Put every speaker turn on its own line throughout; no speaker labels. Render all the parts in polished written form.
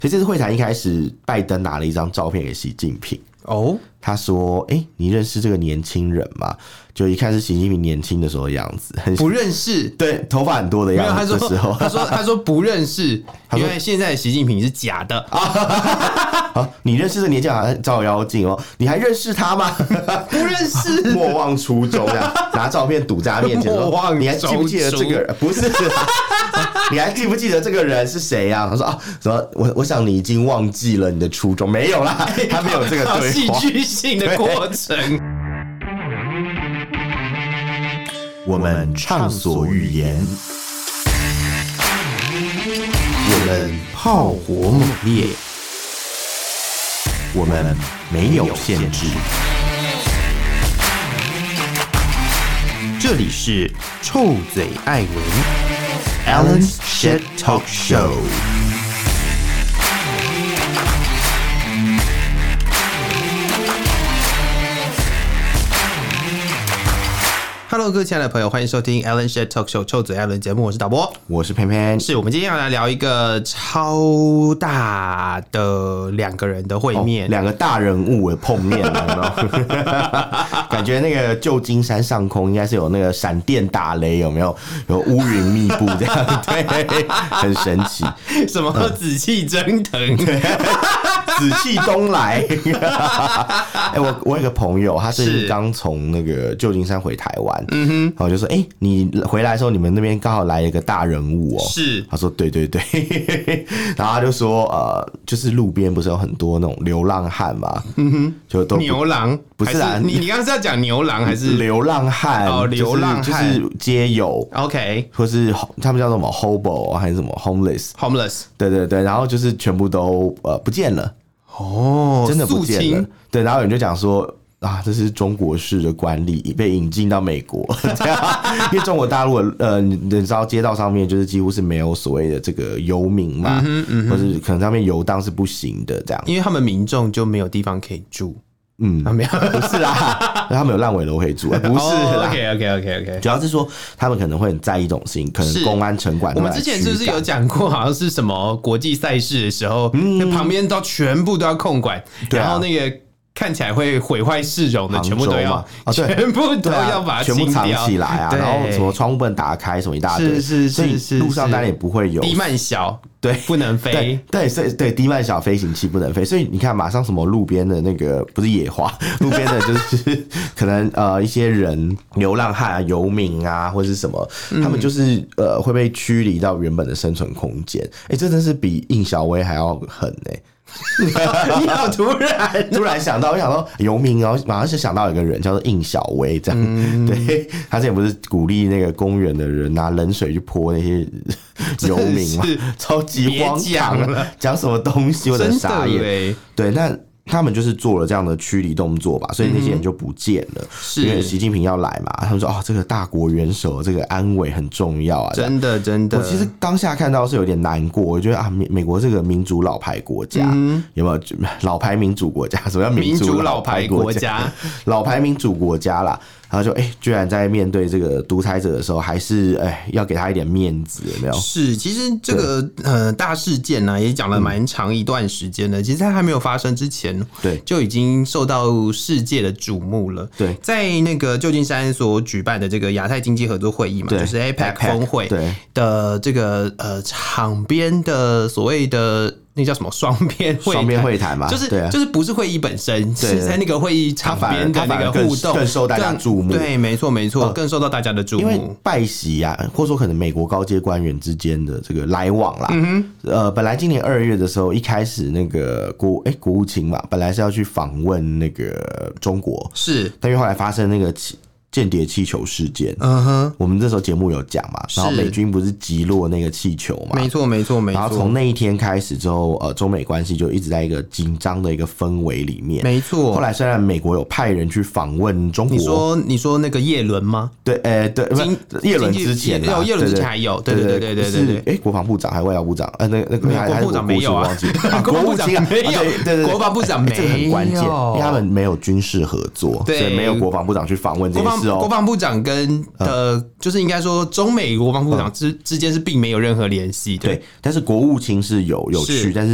所以这次会谈一开始，拜登拿了一张照片给习近平。
哦，
他说：“你认识这个年轻人吗？”就一看是习近平年轻的时候的样子，
不认识，
对，头发很多的样子的时候，
他说不认识，因为现在的习近平是假的。
你认识这个年轻人照妖镜哦？你还认识他吗？
不认识，
莫忘初衷，这样拿照片堵在他面前说：“你还记不记得这个人？不是，你还记不记得这个人是谁啊？”他说：“什么？我想你已经忘记了你的初衷，没有啦，他没有这个对话，
戏剧性的过程。”
我们畅所欲言，我们炮火猛烈，我们没有限制。这里是臭嘴艾伦 Alan's Shit Talk
Show。Hello， 各位亲爱的朋友，欢迎收听 Alan Shit Talk Show 臭嘴艾伦节目，我是导播，
我是偏偏。
是我们今天要来聊一个超大的两个人的会面，
两个大人物的碰面了，有没有？感觉那个旧金山上空应该是有那个闪电打雷，有没有？有乌云密布这样，对，很神奇。
什么紫气蒸腾？
紫气东来。我有个朋友，他是刚从那个旧金山回台湾，然后就说：“你回来的时候，你们那边刚好来了一个大人物哦。”是，他说：“对对对。”然后他就说：“就是路边不是有很多那种流浪汉嘛，就都
牛郎
不是啦，
你刚刚是要讲牛郎还是
流浪汉？哦，
流浪汉
就是街友
，OK，
或是他们叫什么 hobo 还是什么 homeless， 对对对，然后就是全部都不见了。”哦，真的不见了。对，然后有人就讲说这是中国式的管理被引进到美国，这样，因为中国大陆你知道街道上面就是几乎是没有所谓的这个游民嘛，或是可能上面游荡是不行的，这样，
因为他们民众就没有地方可以住。
没有，不是啦，他们有烂尾楼可以住，不是啦。
OK，
主要是说他们可能会很在意一种事情，可能公安城管。
我们之前是不是有讲过，好像是什么国际赛事的时候，那旁边都全部都要控管，然后那个看起来会毁坏市容的，全部都要，全部都要把它
全部藏起来啊，然后什么窗户不能打开，什么一大堆，所以路上当然也不会有
低慢小。
对，
不能飞。
对，所以低慢小飞行器不能飞，所以你看，马上什么路边的那个不是野花，路边的就是可能一些人流浪汉啊、游民啊，或者是什么，他们就是会被驱离到原本的生存空间。这真的是比应小薇还要狠
你好突然
想到，我想到游民哦，马上就想到有一个人叫做应小薇，这样，对，他之前不是鼓励那个公园的人拿冷水去泼那些游民吗？超级荒唐，讲什么东西我的傻眼，对，那他们就是做了这样的驱离动作吧，所以那些人就不见了。因为习近平要来嘛，他们说这个大国元首这个安危很重要啊，真的。我其实当下看到是有点难过，我觉得美国这个民主老牌国家，有没有老牌民主国家？什么叫民主老牌国家？老牌民主国家啦。然后就居然在面对这个独裁者的时候，还是要给他一点面子，有没有？
是，其实这个大事件呢，也讲了蛮长一段时间的。其实它还没有发生之前，对，就已经受到世界的瞩目了。对，在那个旧金山所举办的这个亚太经济合作会议嘛，就是 APEC 峰会的这个场边的所谓的。那叫什么双边会谈嘛？就是不是会议本身，是在那个会议场边的那个互动
更受大家注目。
对，没错，更受到大家的注目。
因为拜习啊，或者说可能美国高阶官员之间的这个来往啦。本来今年2月的时候，一开始那个国务卿嘛，本来是要去访问那个中国，是，但因为后来发生那个间谍气球事件，我们这时候节目有讲嘛，然后美军不是击落那个气球嘛，
没错。
然后从那一天开始之后，中美关系就一直在一个紧张的一个氛围里面，没错。后来虽然美国有派人去访问中国，
你说那个叶伦吗？
对，对，叶伦之前，
叶伦之前还有，对，
国防部长还是外交部长，那个
国防部长没有啊，
忘记国务卿没有，对，
国防部长没有，
这个很关键，因为他们没有军事合作，所以没有国防部长去访问这件事。
国防部长跟就是应该说中美国防部长之间是并没有任何联系的。
对，但是国务卿是有去，但是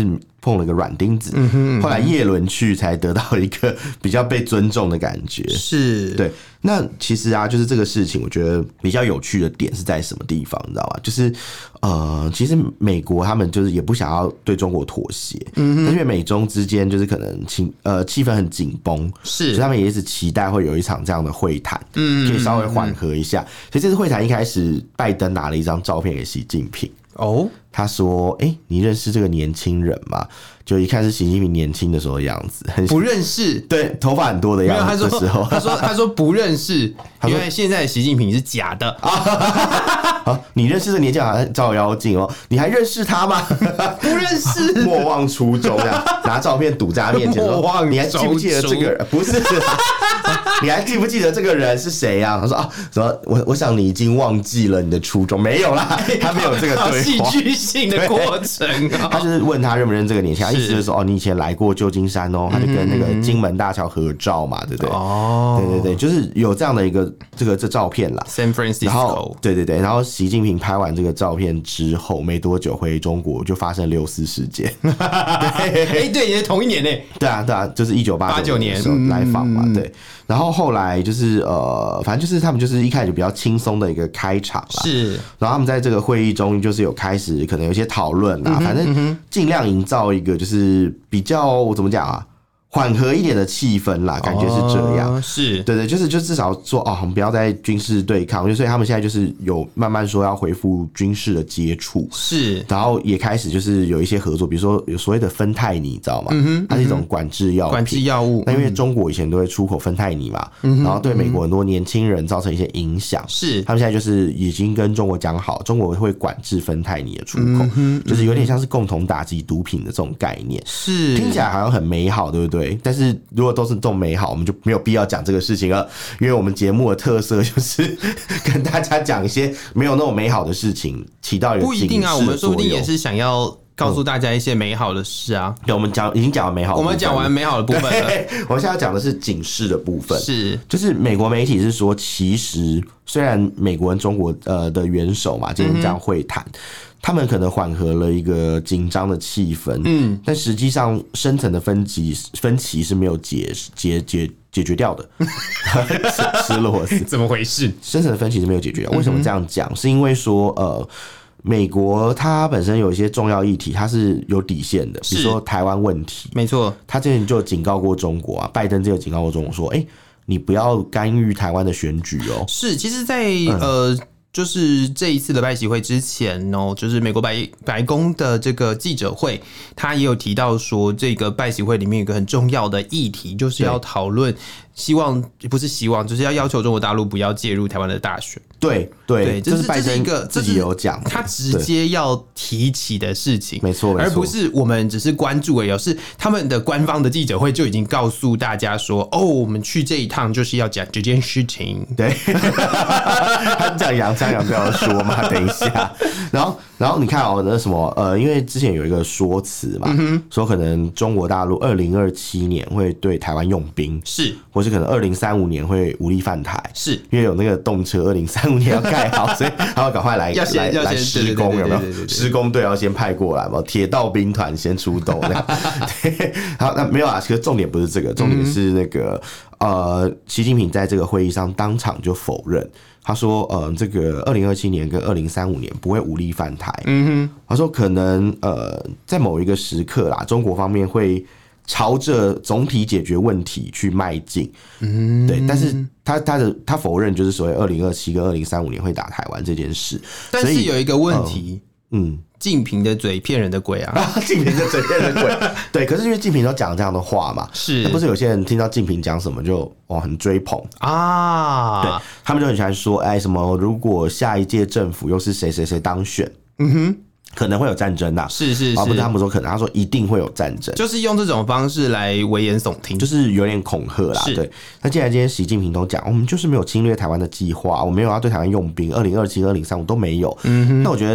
碰了个软钉子。后来叶伦去才得到一个比较被尊重的感觉。
是，
对。那其实啊，就是这个事情，我觉得比较有趣的点是在什么地方，你知道吗？就是其实美国他们就是也不想要对中国妥协，因为美中之间就是可能气氛很紧绷，
是，
所以他们也一直期待会有一场这样的会谈，可以稍微缓和一下。所以这次会谈一开始，拜登拿了一张照片给习近平。他说：“你认识这个年轻人吗？”就一看是习近平年轻的时候的样子，
不认识，
对，头发很多的样子。的时候，
他说不认识，因为现在的习近平是假的。
你认识这个年轻人好像照妖镜哦，你还认识他吗？
不认识，
莫忘初衷，这样拿照片堵在他面前说：“你还记不记得这个人？不是，你还记不记得这个人是谁呀？”他说：“什么？我想你已经忘记了你的初衷，没有啦，他没有这个对话，
戏剧性的过程。
他就是问他认不认这个年轻人，意思就是说你以前来过旧金山哦，他就跟那个金门大桥合照嘛，对不对？对，就是有这样的一个这照片啦。
San Francisco，
然后对，然后习近平拍完这个照片之后，没多久回中国就发生6·4事件。
对，也是同一年呢。
对啊，就是1989年的时候来访嘛，对。然后后来就是反正就是他们就是一开始比较轻松的一个开场啦，
是。
然后他们在这个会议中就是有开始可能有一些讨论啦，反正尽量营造一个就是比较怎么讲啊，缓和一点的气氛啦，感觉是这样。
是，
对，就至少说我们不要再军事对抗，所以他们现在就是有慢慢说要恢复军事的接触，
是，
然后也开始就是有一些合作，比如说有所谓的芬太尼，你知道吗？它是一种管制药物。那因为中国以前都会出口芬太尼嘛，然后对美国很多年轻人造成一些影响，
是，
他们现在就是已经跟中国讲好，中国会管制芬太尼的出口，就是有点像是共同打击毒品的这种概念，
是，
听起来好像很美好，对不对？但是如果都是这种美好，我们就没有必要讲这个事情了，因为我们节目的特色就是跟大家讲一些没有那种美好的事情，起到一个警示的作用。不一定啊，
我们说不定也是想要告诉大家一些美好的事啊。
对，我们已经讲完美好的部分了，
我们讲完美好的部分了。
我们现在要讲的是警示的部分，
是，
就是美国媒体是说，其实虽然美国跟中国的元首嘛，今天这样会谈。他们可能缓和了一个紧张的气氛，但实际上深层的分歧是没有解决掉的。吃螺丝，
怎么回事？
深层的分歧是没有解决掉。为什么这样讲？是因为说美国它本身有一些重要议题，它是有底线的，比如说台湾问题，
没错，
他之前就警告过中国啊，拜登就有警告过中国说，你不要干预台湾的选举哦。
是，其实在，就是这一次的拜习会之前哦，就是美国白宫的这个记者会，他也有提到说，这个拜习会里面有一个很重要的议题，就是要讨论，就是要求中国大陆不要介入台湾的大选。对，这是拜登
自己有讲，
他直接要提起的事情，
没错，
而不是我们只是关注而已，是他们的官方的记者会就已经告诉大家说，我们去这一趟就是要讲这件事情。
对，他讲杨不要说嘛，等一下，然后你看那什么因为之前有一个说辞嘛，说可能中国大陆2027年会对台湾用兵，
是，
或是可能2035年会武力犯台，
是，
因为有那个动车2035年要盖好，所以他要赶快来施工，有没有？施工队要先派过来嘛，铁道兵团先出动。对，好，那没有啊，其实重点不是这个，重点是那个习近平在这个会议上当场就否认。他说，这个2027年跟2035年不会武力犯台。他说可能在某一个时刻啦，中国方面会朝着总体解决问题去迈进。对，但是他否认就是所谓2027跟2035年会打台湾这件事。
但是有一个问题，竞平的嘴骗人的鬼啊！
竞平的嘴骗人的鬼，对。可是因为竞平都讲这样的话嘛，
是，
那不是有些人听到竞平讲什么就很追捧
啊？
对，他们就很喜欢说，什么如果下一届政府又是谁当选，可能会有战争呐。
是，
不是他们说可能，他说一定会有战争，
就是用这种方式来危言耸听，
就是有点恐吓啦。对，那既然今天习近平都讲，我们就是没有侵略台湾的计划，我没有要对台湾用兵，2027、2035都没有。那我觉得。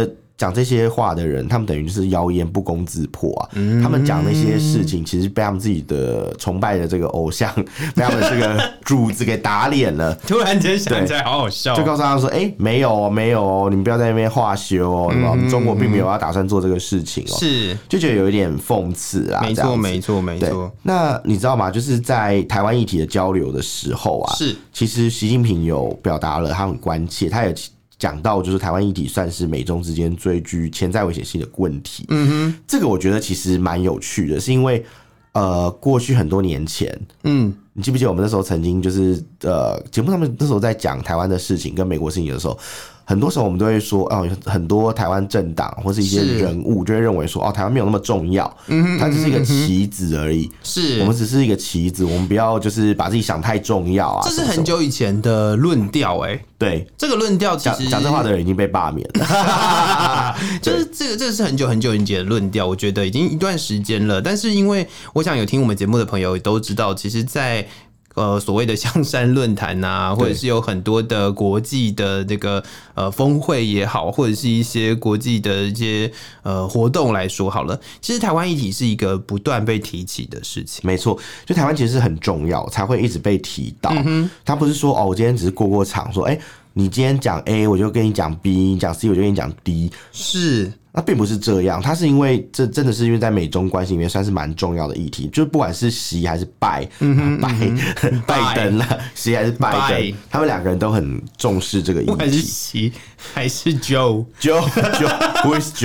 讲这些话的人，他们等于就是谣言不攻自破啊。他们讲那些事情，其实被他们自己的崇拜的这个偶像，被他们这个主子给打脸了。
突然间想起来，好好笑。
就告诉他说：“没有哦，没有哦，你们不要在那边话修哦，我们中国并没有要打算做这个事情哦。”
是，
就觉得有一点讽刺啊。
没错，没错，没错。
那你知道吗？就是在台湾议题的交流的时候啊，
是，
其实习近平有表达了他很关切，他也讲到就是台湾议题算是美中之间最具潜在危险性的问题。这个我觉得其实蛮有趣的，是因为过去很多年前，你记不记得我们那时候曾经就是节目上面那时候在讲台湾的事情跟美国事情的时候，很多时候我们都会说很多台湾政党或是一些人物就会认为说台湾没有那么重要，它只是一个棋子而已，是我们只是一个棋子，我们不要就是把自己想太重要啊。
这是很久以前的论调
对，
这个论调其实
讲这话的人已经被罢免了，
就是这个是很久以前的论调，我觉得已经一段时间了。但是因为我想有听我们节目的朋友都知道，其实在所谓的香山论坛啊，或者是有很多的国际的这个峰会也好，或者是一些国际的一些活动来说好了，其实台湾议题是一个不断被提起的事情。
没错，就台湾其实是很重要，才会一直被提到。他不是说我今天只是过场，说你今天讲 A， 我就跟你讲 B， 你讲 C， 我就跟你讲 D。是。那并不是这样，它是因为这真的是因为在美中关系里面算是蛮重要的议题，就不管是习还是拜登啦，习还是拜登，他们两个人都很重视这个议题。
不管是习还是
Joe，Who is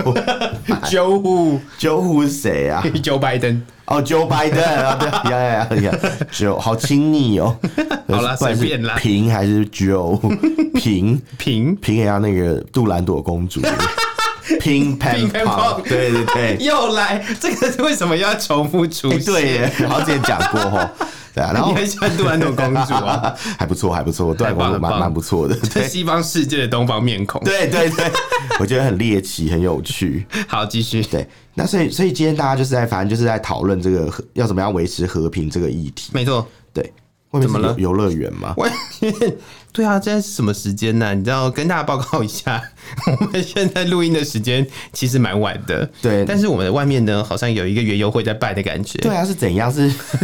Joe？Joe Who 是谁啊
？Joe Biden。
Joe Biden 啊，对，Joe 好亲昵哦。
好啦，随便啦。
平还是 Joe？ 平也要那个杜兰朵公主。Ping Pong， 对，
又来，这个为什么要重复出现？
对耶，好像之前讲过齁。对啊，然后
你很喜欢杜兰朵公主啊？
还不错，杜兰朵公主蛮不错的，
在西方世界的东方面孔。
对，我觉得很猎奇，很有趣。
好，继续。
对，那所以今天大家就是反正就是在讨论这个要怎么样维持和平这个议题。
没错，
对。外面是游乐园吗？
外面对啊，现在是什么时间呢？你知道，跟大家报告一下，我们现在录音的时间其实蛮晚的，对。但是我们的外面呢，好像有一个园游会在办的感觉。
对啊，是怎样？是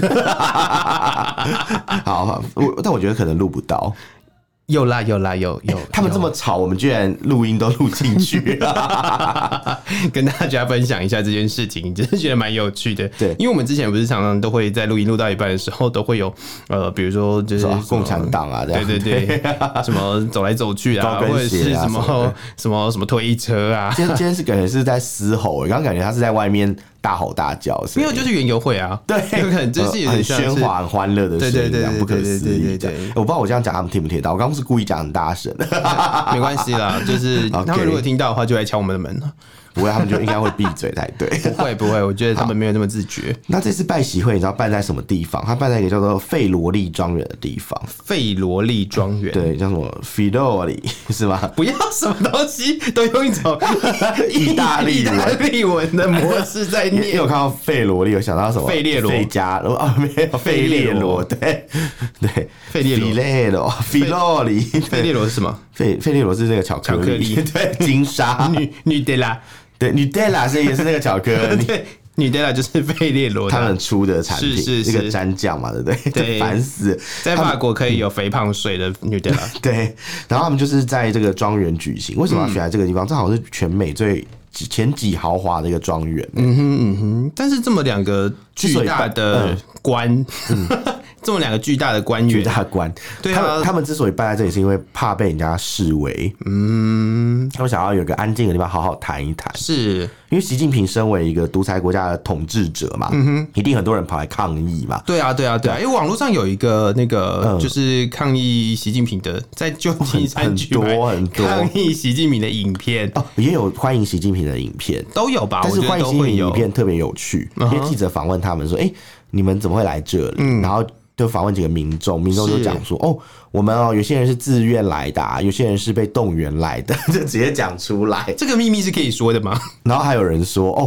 好，但我觉得可能录不到。
有，
他们这么吵，我们居然录音都录进去了，
跟大家分享一下这件事情，真的觉得蛮有趣的。
对，
因为我们之前不是常常都会在录音录到一半的时候，都会有比如说就是
共产党啊，
对，什么走来走去啊，或者是什么推车啊。
今天是感觉是在嘶吼，刚刚感觉他是在外面大吼大叫，
没有，就是园游会啊，
对，
有可能就是有
很喧哗、很欢乐的声音，这样不可思议。我不知道我这样讲他们听不听到，我刚刚是故意讲很大声，
没关系啦，就是他们如果听到的话，就来敲我们的门了。
不会，他们就应该会闭嘴才对。
不会，我觉得他们没有那么自觉。
那这次拜习会，你知道办在什么地方？它办在一个叫做费罗利庄园的地方。
费罗利庄园，
对，叫什么 Filoli 是吗？
不要什么东西都用一种
意大利
文的模式在念。
因为我看到费罗利，我想到什么？
费列罗、
费加没有费列罗，对，
费列罗、
Filoli。
费列罗是什么？
费列罗是那个巧克力，对，金沙。
女德拉。
对，Nutella 所以也是那个巧克力。
对，Nutella 就是费列罗
他们出的产品，
是
那个蘸酱嘛，对不对？对，烦死！
在法国可以有肥胖水的 Nutella。
对，然后他们就是在这个庄园举行。为什么要选在这个地方？这好像是全美前几豪华的一个庄园。
但是这么两个巨大的官。这么两个巨大的官员，
巨大官，对啊，他们之所以办在这里，是因为怕被人家视为，他们想要有一个安静的地方，好好谈一谈。
是
因为习近平身为一个独裁国家的统治者嘛，一定很多人跑来抗议嘛。
对啊，因为网络上有一个那个就是抗议习近平的，在旧金山举办
很多
抗议习近平的影片，
也有欢迎习近平的影片，
都有吧？
但是欢迎习近平的影片特别有趣，因为记者访问他们说：“你们怎么会来这里？”然后就访问几个民众就讲说：“我们有些人是自愿来的，有些人是被动员来的。”就直接讲出来，
这个秘密是可以说的吗？
然后还有人说：“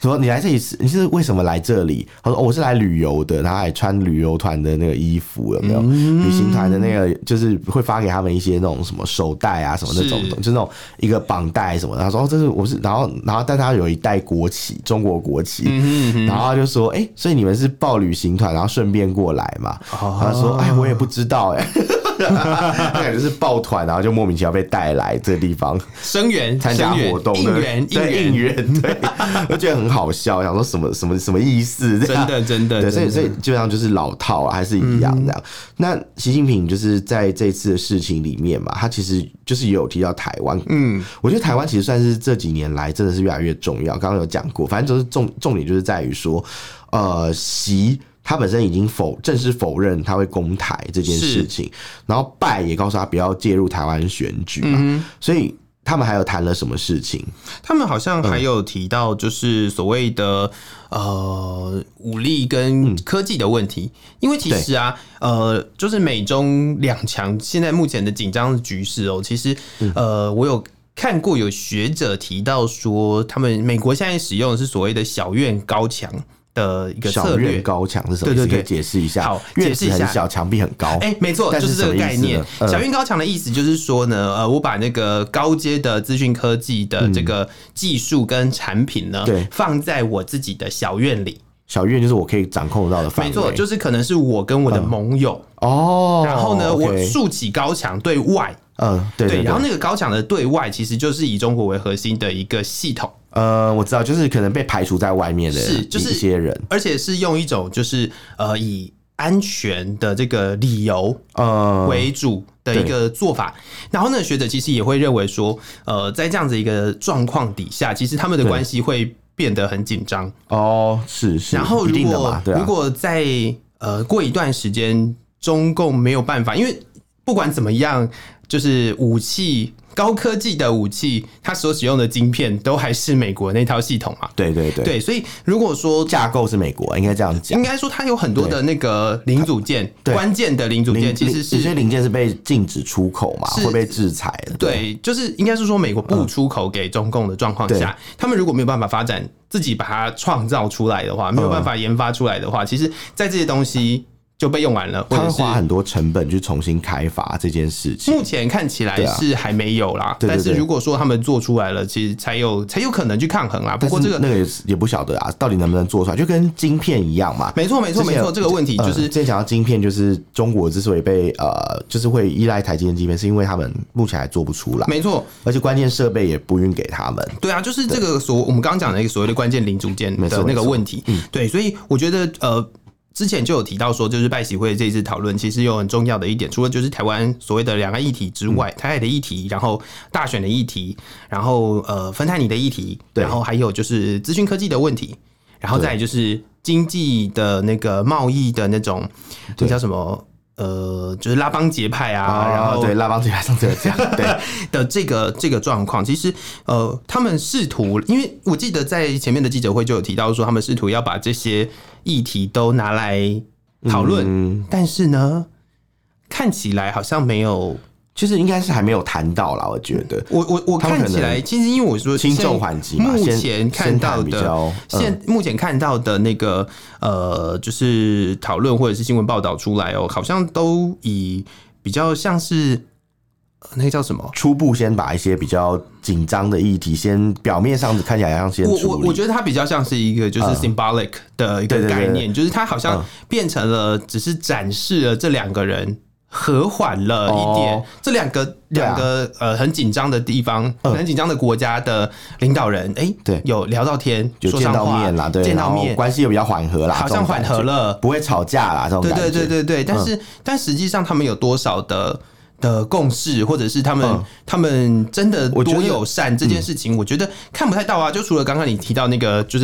说你来这里你是为什么来这里？他说、我是来旅游的，然后还穿旅游团的那个衣服，有没有？旅行团的那个就是会发给他们一些那种什么手带啊什么那种，就是那种一个绑带什么的。他说这是我是，然后但他有一袋国旗，中国国旗，然后他就说所以你们是报旅行团，然后顺便过来嘛？他说我也不知道他感觉是抱团，然后就莫名其妙被带来这个地方
声援
参加活动，
应援，
对，我觉得很好笑，想说什么意思？
真的，
对，所以基本上就是老套啊，还是一样这样。那习近平就是在这次的事情里面嘛，他其实就是也有提到台湾，我觉得台湾其实算是这几年来真的是越来越重要。刚刚有讲过，反正就是重点就是在于说，习。他本身已经正式否认他会攻台这件事情，然后拜也告诉他不要介入台湾选举嘛，所以他们还有谈了什么事情？
他们好像还有提到就是所谓的武力跟科技的问题，因为其实啊，就是美中两强现在目前的紧张局势其实我有看过有学者提到说，美国现在使用的是所谓的小院高墙的一个策略。
小院高墙是什么意思？可以解释一下。
好，
院子很小，墙壁很高。
没错，就是这个概念。小院高墙的意思就是说呢，我把那个高阶的资讯科技的这个技术跟产品呢，放在我自己的小院里。
小院就是我可以掌控到的范围，
没错，就是可能是我跟我的盟友然后呢，我竖起高墙对外。
对，
然后那个高墙的对外其实就是以中国为核心的一个系统。
我知道，就是可能被排除在外面的一些人，
而且是用一种就是以安全的这个理由为主的一个做法。然后呢，学者其实也会认为说，在这样子一个状况底下，其实他们的关系会变得很紧张。
是。
然后如果在过一段时间，中共没有办法，因为不管怎么样。就是武器，高科技的武器，它所使用的晶片都还是美国那套系统嘛？对，所以如果说
架构是美国，应该这样讲。
应该说它有很多的那个零组件，关键的零组件其实是
有些零件是被禁止出口嘛，会被制裁的。
对，就是应该是说美国不出口给中共的状况下，他们如果没有办法发展，自己把它创造出来的话，没有办法研发出来的话，其实在这些东西。就被用完了，
他会花很多成本去重新开发这件事情。
目前看起来是还没有啦，但是如果说他们做出来了，其实才有可能去抗衡啦。不过那
个也不晓得啊，到底能不能做出来，就跟晶片一样嘛。
没错，这个问题就是
之前讲到晶片，就是中国之所以被就是会依赖台积电晶片，是因为他们目前还做不出来。
没错，
而且关键设备也不允给他们。
对啊，就是这个我们刚刚讲的一个所谓的关键零组件的那个问题。对，所以我觉得之前就有提到说，就是拜习会这一次讨论，其实有很重要的一点，除了就是台湾所谓的两岸议题之外，台海的议题，然后大选的议题，然后芬太尼的议题，然后还有就是资讯科技的问题，然后再来就是经济的那个贸易的那种，那叫什么？就是拉帮结派啊，然后
对拉帮结派上次有讲对
的这个状况，其实他们试图，因为我记得在前面的记者会就有提到说，他们试图要把这些议题都拿来讨论，但是呢，看起来好像没有。
其实应该是还没有谈到啦，我觉得。
我看起来，其实因为我说
轻重缓急嘛，
目前看到的，目前看到的那个就是讨论或者是新闻报道出来好像都以比较像是那个叫什么，
初步先把一些比较紧张的议题先表面上看起来像先处理。
我觉得它比较像是一个就是 symbolic 的一个概念，就是它好像变成了只是展示了这两个人。和缓了一点，这两个很紧张的地方，很紧张的国家的领导人，对，有聊到天，
有见到面啦，对，
见到面，
关系又比较缓和啦，
好像缓和了，
不会吵架啦，这种感觉。
对，但实际上他们有多少的共识，或者是他们真的多友善这件事情，我觉得看不太到啊。就除了刚刚你提到那个，就是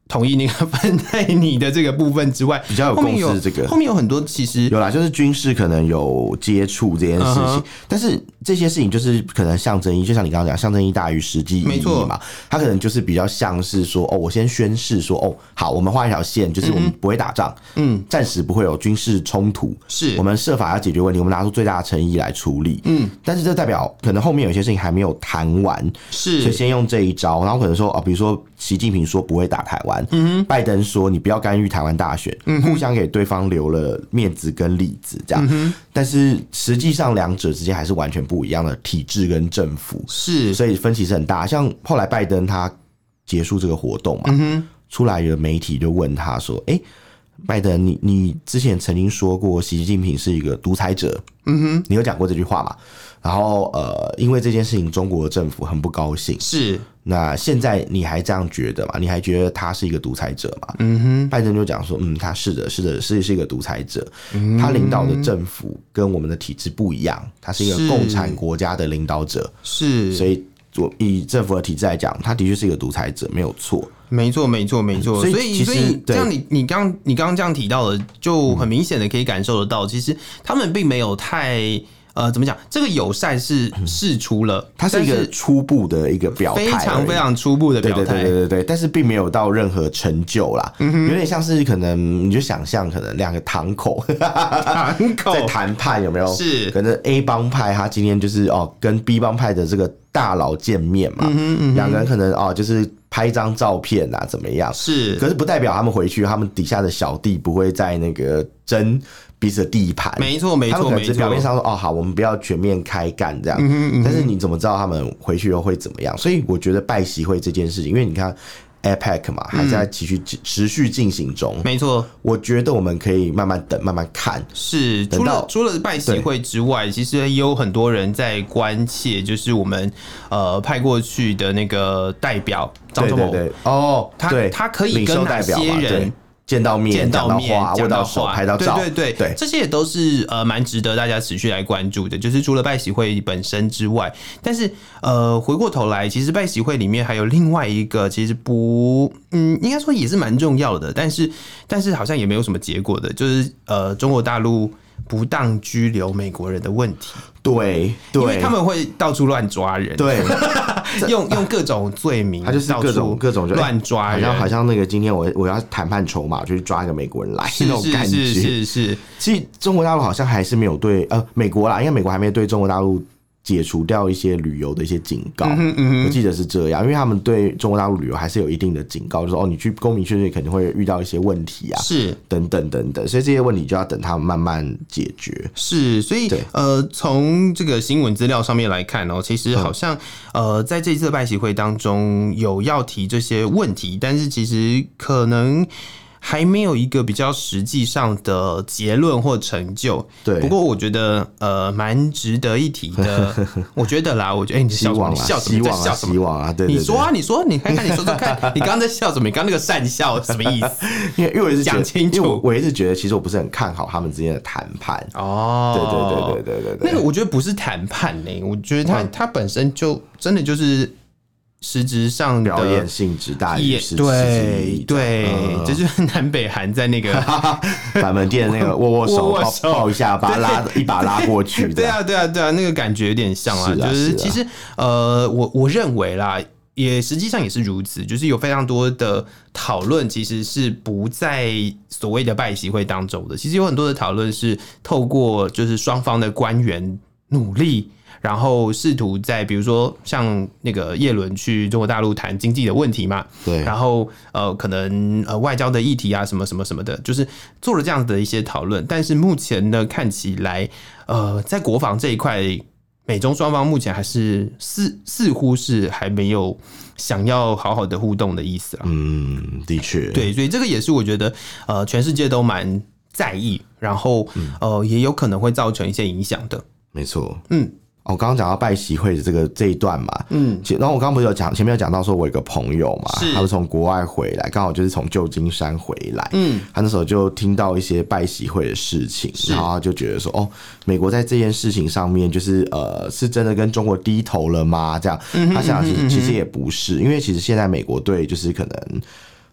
同意那个芬太尼的这个部分之外，
比较有共识。这个
后面有很多其实
有啦，就是军事可能有接触这件事情，但是这些事情就是可能象征意义，就像你刚刚讲，象征意义大于实际意义嘛。它可能就是比较像是说，我先宣誓说，好，我们画一条线，就是我们不会打仗，暂时不会有军事冲突，
是
我们设法要解决问题，我们拿出最大的诚意来处理，但是这代表可能后面有些事情还没有谈完，
是，
所以先用这一招，然后可能说，比如说习近平说不会打台湾，拜登说你不要干预台湾大选，互相给对方留了面子跟里子，这样。但是实际上两者之间还是完全不一样的体制跟政府，
是，
所以分歧是很大。像后来拜登他结束这个活动嘛，出来有媒体就问他说：“拜登，你之前曾经说过习近平是一个独裁者，你有讲过这句话嘛？然后因为这件事情，中国政府很不高兴。
是，
那现在你还这样觉得吗？你还觉得他是一个独裁者吗？拜登就讲说，他是的，是一个独裁者。他领导的政府跟我们的体制不一样，他是一个共产国家的领导者，
是，
所以以政府的体制来讲，他的确是一个独裁者，没有错。
没错。所以这样你刚这样提到的，就很明显的可以感受得到，其实他们并没有太。怎么讲？这个友善是释出了，
它是一个初步的一个表态，
非常非常初步的表态，
对，但是并没有到任何成就啦，有点像是可能你就想象，可能两个堂口在谈判，有没有？
是，
可能 A 帮派他今天就是跟 B 帮派的这个大佬见面嘛，两个人可能就是拍一张照片啊，怎么样？
是，
可是不代表他们回去，他们底下的小弟不会在那个争彼此的地盘，
没错，
他们可能只表面上说好，我们不要全面开干这样，但是你怎么知道他们回去后会怎么样？所以我觉得拜习会这件事情，因为你看 APEC 嘛，还在持续进行中，
没错。
我觉得我们可以慢慢等，慢慢看。
是，除了拜习会之外，其实也有很多人在关切，就是我们派过去的那个代表张忠谋，
对，
他可以跟哪些人
见到面、讲到话、握到手、拍到照，
对，这些也都是蛮值得大家持续来关注的。就是除了拜习会本身之外，但是回过头来，其实拜习会里面还有另外一个，其实应该说也是蛮重要的，但是好像也没有什么结果的，就是中国大陆不当居留美国人的问题。对，因为他们会到处乱抓人，
对，
用各种罪名，
他就是各种
乱抓人，
好像那个今天我要谈判筹码，就去抓一个美国人来那种感觉。
是。
其实中国大陆好像还是没有对美国啦，因为美国还没对中国大陆解除掉一些旅游的一些警告，我记得是这样，因为他们对中国大陆旅游还是有一定的警告，就是说你去公民确认肯定会遇到一些问题啊，
是
等等，所以这些问题就要等他们慢慢解决。
是，所以从这个新闻资料上面来看其实好像在这一次的拜习会当中有要提这些问题，但是其实可能还没有一个比较实际上的结论或成就。
对，
不过我觉得蛮值得一提的。我觉得你笑什么？你笑什么？你在笑什么？
希望啊，对，
你说啊，你看看，你说说看，你刚刚在笑什么？你刚刚那个讪笑什么意思？
因为我也是
讲清楚，
因为我也是觉得，其实我不是很看好他们之间的谈判。对，
那个我觉得不是谈判呢，我觉得他本身就真的就是。实质上的
表演性质大于实质意义，
对，这就是南北韩在那个
板门店那个握手抱一下，把他一把拉过去。
对啊，那个感觉有点像啊，就是其实我认为啦，也实际上也是如此，就是有非常多的讨论其实是不在所谓的拜习会当中的，其实有很多的讨论是透过就是双方的官员努力。然后试图在比如说像那个叶伦去中国大陆谈经济的问题嘛，
对，
然后可能外交的议题啊什么的，就是做了这样子的一些讨论。但是目前呢，看起来在国防这一块，美中双方目前还是似乎是还没有想要好好的互动的意思啦。
的确，
对，所以这个也是我觉得全世界都蛮在意，然后也有可能会造成一些影响的。
没错，我刚刚讲到拜习会的这一段嘛，然后我刚刚不是前面有讲到说，我有个朋友嘛，他是从国外回来，刚好就是从旧金山回来，他那时候就听到一些拜习会的事情，然后他就觉得说，美国在这件事情上面就是是真的跟中国低头了吗？这样，他想其实也不是，因为其实现在美国队就是可能。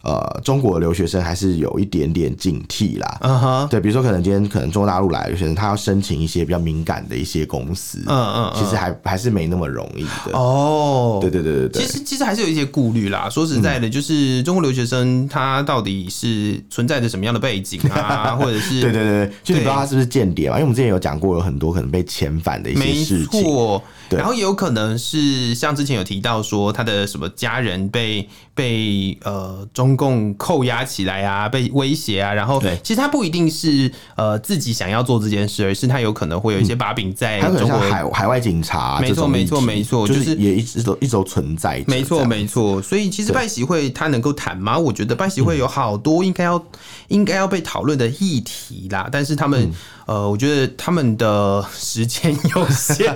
中国的留学生还是有一点点警惕啦。对，比如说可能今天可能中国大陆来的留学生，他要申请一些比较敏感的一些公司，其实还是没那么容易的。对，
其实还是有一些顾虑啦。说实在的，就是中国留学生他到底是存在着什么样的背景啊，或者是
对，就你不知道他是不是间谍嘛？因为我们之前有讲过，有很多可能被遣返的一些事情。
没错，然后也有可能是像之前有提到说他的什么家人被中共扣押起来啊，被威胁啊，然后其实他不一定是自己想要做这件事，而是他有可能会有一些把柄在中国
海外警察，
没错，
就是也一直都存在。
没错，所以其实拜习会他能够谈吗？我觉得拜习会有好多应该要被讨论的议题啦，但是他们我觉得他们的时间有限。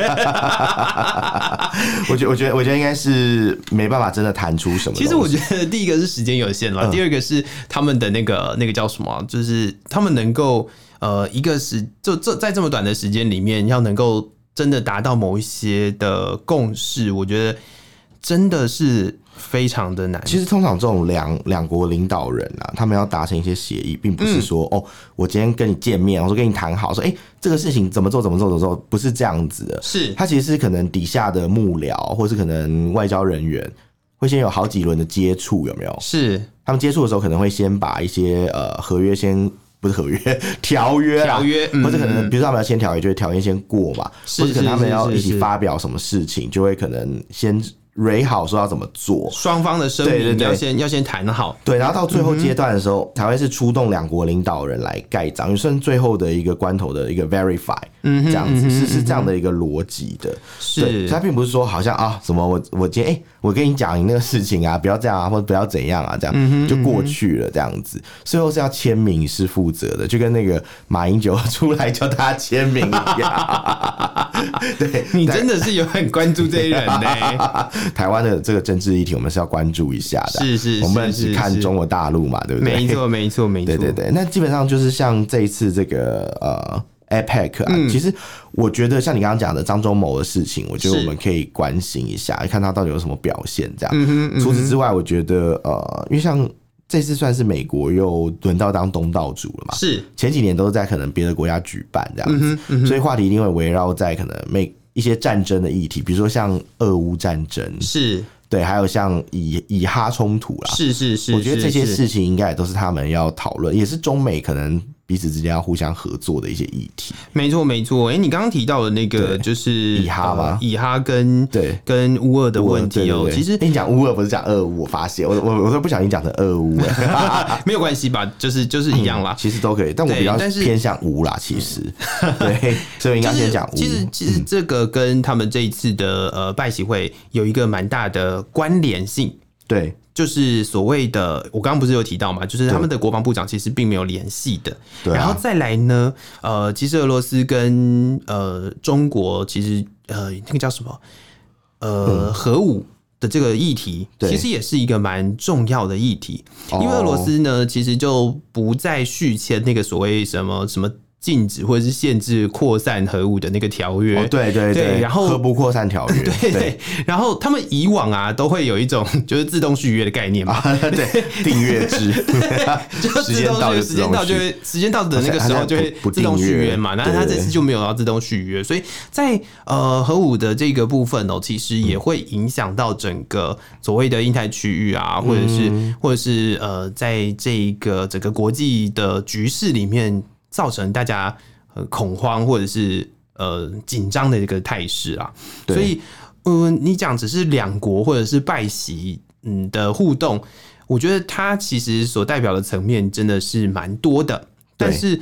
我觉得应该是没办法真的谈出什么。
其实我觉得第一个是时间有限了，第二个是他们的那个叫什么，就是他们能够一个是在这么短的时间里面，要能够真的达到某一些的共识，我觉得真的是非常的难。
其实通常这种两国领导人啊，他们要达成一些协议，并不是说我今天跟你见面，我说跟你谈好，说这个事情怎么做，不是这样子的。
是
他其实是可能底下的幕僚，或是可能外交人员会先有好几轮的接触，有没有？
是
他们接触的时候，可能会先把一些合约不是合约条约，或者可能比如说他们要签条约，就会条约先过嘛，或者可能他们要一起发表什么事情，就会可能先蕊好说要怎么做，
双方的声明要先谈好。
对，然后到最后阶段的时候，才会是出动两国领导人来盖章，也算最后的一个关头的一个 verify，这样子是这样的一个逻辑的。
是，
它并不是说好像什么我今天我跟你讲你那个事情啊，不要这样啊，或者不要怎样啊，这样就过去了这样子。最后是要签名是负责的，就跟那个马英九出来叫大家签名一样。对，
你真的是有很关注这一人呢。
台湾的这个政治议题，我们是要关注一下的。
是，
我们不能只看中国大陆嘛，对不对？
没错。
对。那基本上就是像这一次这个APEC 啊，其实我觉得像你刚刚讲的张忠谋的事情，我觉得我们可以关心一下，看他到底有什么表现。这样，除此之外，我觉得因为像这次算是美国又轮到当东道主了嘛，
是
前几年都是在可能别的国家举办这样子，所以话题一定会围绕在可能一些战争的议题，比如说像俄乌战争，
是
对，还有像以哈冲突啦，
是，
我觉得这些事情应该也都是他们要讨论，也是中美可能彼此之间要互相合作的一些议题。
没错。你刚刚提到的那个就是
以哈吗？
以哈跟乌俄的问题
对，其实你讲乌俄不是讲俄乌，我发现我都不小心讲成俄乌了。
没有关系吧，就是一样啦，
其实都可以，但我比较偏向乌啦，其实对，所以应该先讲乌。
其实这个跟他们这一次的拜习会有一个蛮大的关联性。
对，
就是所谓的，我刚刚不是有提到嘛，就是他们的国防部长其实并没有联系的。然后再来呢，其实俄罗斯跟中国其实那个叫什么核武的这个议题，其实也是一个蛮重要的议题，因为俄罗斯呢其实就不再续签那个所谓什么禁止或者是限制扩散核武的那个条约。
对，
然后
核不扩散条约。
对，然后他们以往啊都会有一种就是自动续约的概念嘛，
对，订阅制，
就时间到的那个时候就会自动续约嘛。那他这次就没有要自动续约，所以在核武的这个部分其实也会影响到整个所谓的印太区域啊，或者是在这个整个国际的局势里面，造成大家恐慌或者是紧张的一个态势啊。所以你讲只是两国或者是拜习的互动，我觉得它其实所代表的层面真的是蛮多的。但是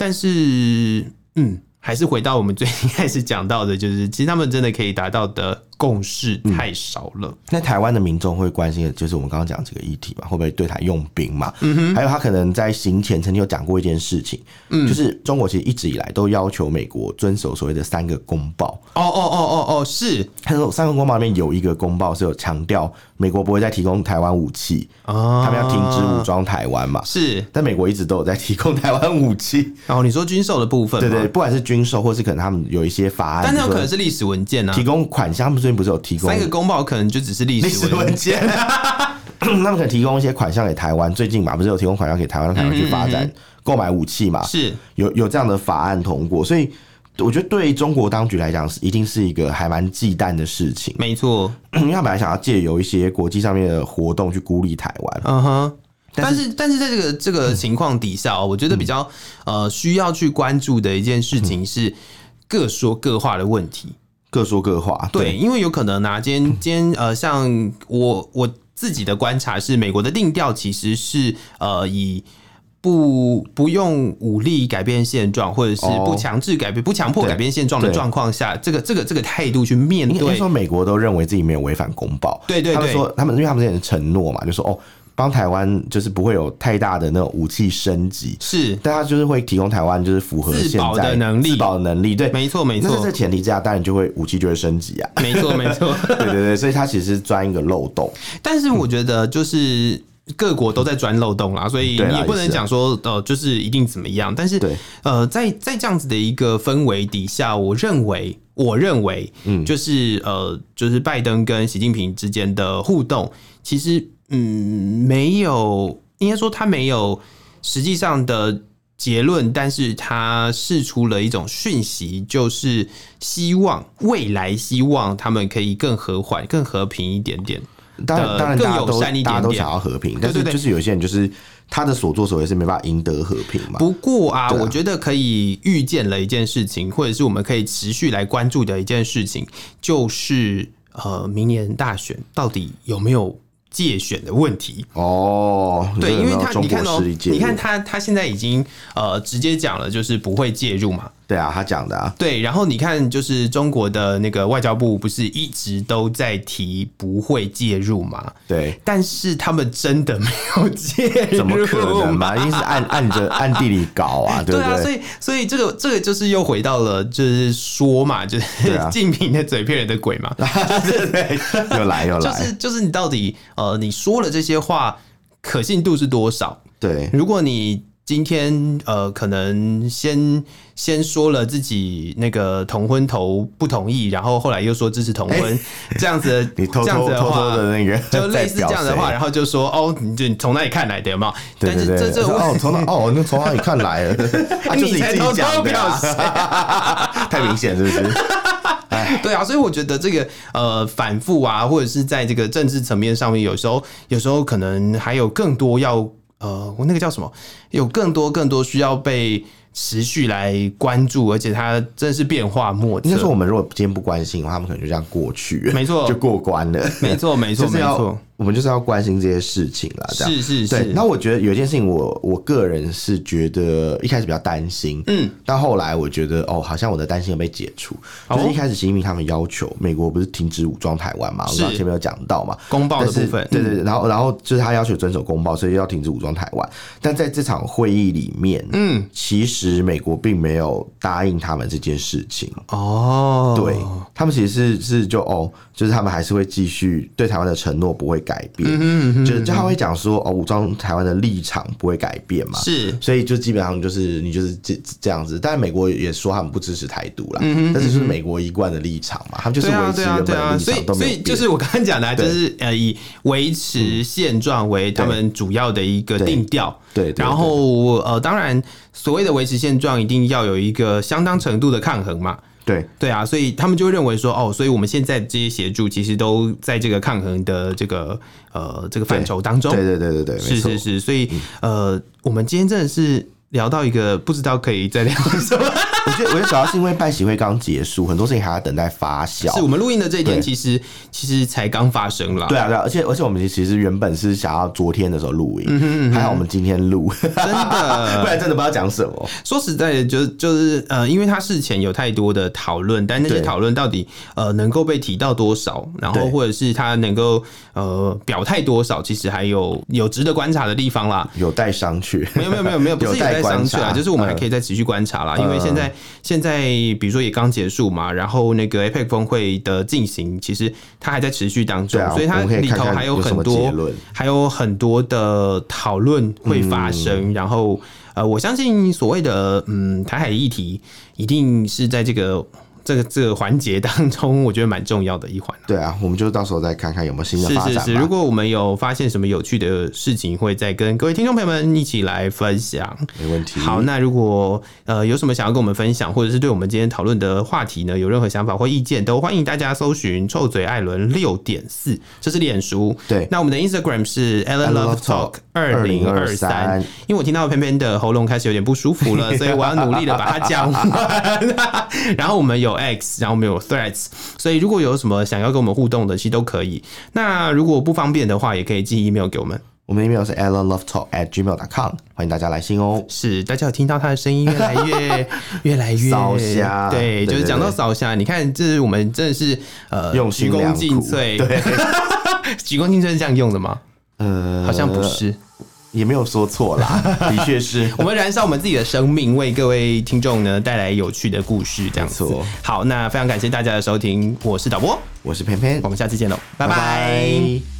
还是回到我们最一开始讲到的，就是其实他们真的可以达到的共识太少了。
那台湾的民众会关心的就是我们刚刚讲这个议题嘛，会不会对台用兵嘛？还有他可能在行前曾经有讲过一件事情，就是中国其实一直以来都要求美国遵守所谓的3个公报。
是。
他说3个公报里面有一个公报是有强调美国不会再提供台湾武器，他们要停止武装台湾嘛。
是。
但美国一直都有在提供台湾武器。
你说军售的部分吗？
对，不管是军售或是可能他们有一些法案，
但那有可能是历史文件啊，
提供款项，他们最近不是有提供
3个公报，可能就只是历史文件。
他们可能提供一些款项给台湾，最近嘛不是有提供款项给台湾，让台湾去发展购买武器嘛，
是
有这样的法案通过，所以我觉得对中国当局来讲，一定是一个还蛮忌惮的事情。
没错，
因为他本来想要借由一些国际上面的活动去孤立台湾。
嗯哼。但是在这个情况底下，我觉得比较需要去关注的一件事情是各说各话的问题。
各说各话，
对，因为有可能啊，今天像我自己的观察是，美国的定调其实是以不用武力改变现状，或者是不强制改变、不强迫改变现状的状况下，这个态度去面对。
应该说美国都认为自己没有违反公报，
对，
他们说因为他们之前承诺嘛，就说帮台湾就是不会有太大的那种武器升级，
是，
但他就是会提供台湾就是符合现在自保的能力，对，
没错。
那在这前提之下，当然武器就会升级啊，
没错，
对，所以他其实钻一个漏洞。
但是我觉得就是各国都在钻漏洞啦，所以你也不能讲说就是一定怎么样。但是在这样子的一个氛围底下，我认为就是拜登跟习近平之间的互动，其实没有，应该说他没有实际上的结论，但是他释出了一种讯息，就是未来希望他们可以更和缓、更和平一点点。
当然
更友善一点点，
大家都想要和平，但是就是有些人就是他的所作所为是没办法赢得和平嘛。
不过啊，我觉得可以预见了一件事情，或者是我们可以持续来关注的一件事情，就是明年大选到底有没有介选的问题对，因为你看他现在已经直接讲了，就是不会介入嘛。
对啊，他讲的啊。
对，然后你看，就是中国的那个外交部不是一直都在提不会介入嘛？
对，
但是他们真的没有介入，
怎么可能嘛？一定是暗地里搞啊，对不对？
对啊，所以这个就是又回到了，就是说嘛，就是敬平的嘴骗人的鬼嘛，
对，又来，
就是你到底你说了这些话，可信度是多少？
对，
如果你今天可能先说了自己那个同婚投不同意，然后后来又说支持同婚，这样子
你偷偷的那个，
就类似这样的话，然后就说你从哪里看来的有没有？
对对对，但是这那从哪里看来的？就是你自己讲的啊，太明显是不是？
对啊，所以我觉得这个反复啊，或者是在这个政治层面上面，有时候可能还有更多要那个叫什么？有更多需要被持续来关注，而且它真的是变化莫测。
应该说，我们如果今天不关心，他们可能就这样过去，
没错，
就过关了。
没错。
我们就是要关心这些事情啦，这样
是。
对，那我觉得有一件事情我个人是觉得一开始比较担心，但后来我觉得好像我的担心有被解除。就是一开始习近平他们要求美国不是停止武装台湾嘛，我刚前面有讲到嘛，
公报的部分，
对，然后就是他要求遵守公报，所以要停止武装台湾。但在这场会议里面，其实美国并没有答应他们这件事情。对，他们其实是就是他们还是会继续对台湾的承诺不会改变，就是他会讲说武装台湾的立场不会改变嘛，
是，
所以就基本上就是你就是这样子。但是美国也说他们不支持台独啦，但是就是美国一贯的立场嘛，他们就是维持原本的立场都没有变。
所以就是我刚刚讲的，就是以维持现状为他们主要的一个定调。
对，
然后当然所谓的维持现状，一定要有一个相当程度的抗衡嘛。对啊，所以他们就会认为说，所以我们现在这些协助其实都在这个抗衡的这个范畴当中。
对，
是，所以我们今天真的是聊到一个不知道可以再聊什么。
我觉得主要是因为拜习会刚结束，很多事情还要等待发酵。
是我们录音的这一天，其实才刚发生啦。
对啊，而且我们其实原本是想要昨天的时候录音，还好我们今天录，真
的，
不然真的不知道讲什么。
说实在的，就是因为他事前有太多的讨论，但那些讨论到底能够被提到多少，然后或者是他能够表态多少，其实还有值得观察的地方啦，
有待商榷。
没有，不是有待商榷啊，就是我们还可以再持续观察啦，因为现在比如说也刚结束嘛，然后那个 APEC 峰会的进行，其实它还在持续当中，所以它里头还有很多的讨论会发生，然后我相信所谓的台海议题一定是在这这个环节当中，我觉得蛮重要的一环。
对啊，我们就到时候再看看有没有新的发展吧。
是，如果我们有发现什么有趣的事情，会再跟各位听众朋友们一起来分享。
没问题。
好，那如果有什么想要跟我们分享，或者是对我们今天讨论的话题呢，有任何想法或意见，都欢迎大家搜寻臭嘴艾伦6.4，这是脸书。
对，
那我们的 Instagram 是 Ellen Love Talk 2023。因为我听到偏偏的喉咙开始有点不舒服了，所以我要努力的把它讲完。然后我们有 X， 然后我们有 Threads， 所以如果有什么想要跟我们互动的，其实都可以。那如果不方便的话，也可以寄 email 给我们。
我们的 email 是 allenlovetalk@gmail.com， 欢迎大家来信哦。
是，大家有听到他的声音越来越
扫虾，
对，就是讲到扫虾，你看，这是我们真的是
用心良苦，
鞠躬尽瘁，对，鞠躬尽瘁是这样用的吗？好像不是。
也没有说错啦，的确是
我们燃烧我们自己的生命，为各位听众呢带来有趣的故事，这样子。好，那非常感谢大家的收听，我是导播，
我是偏偏，
我们下次见喽，拜拜。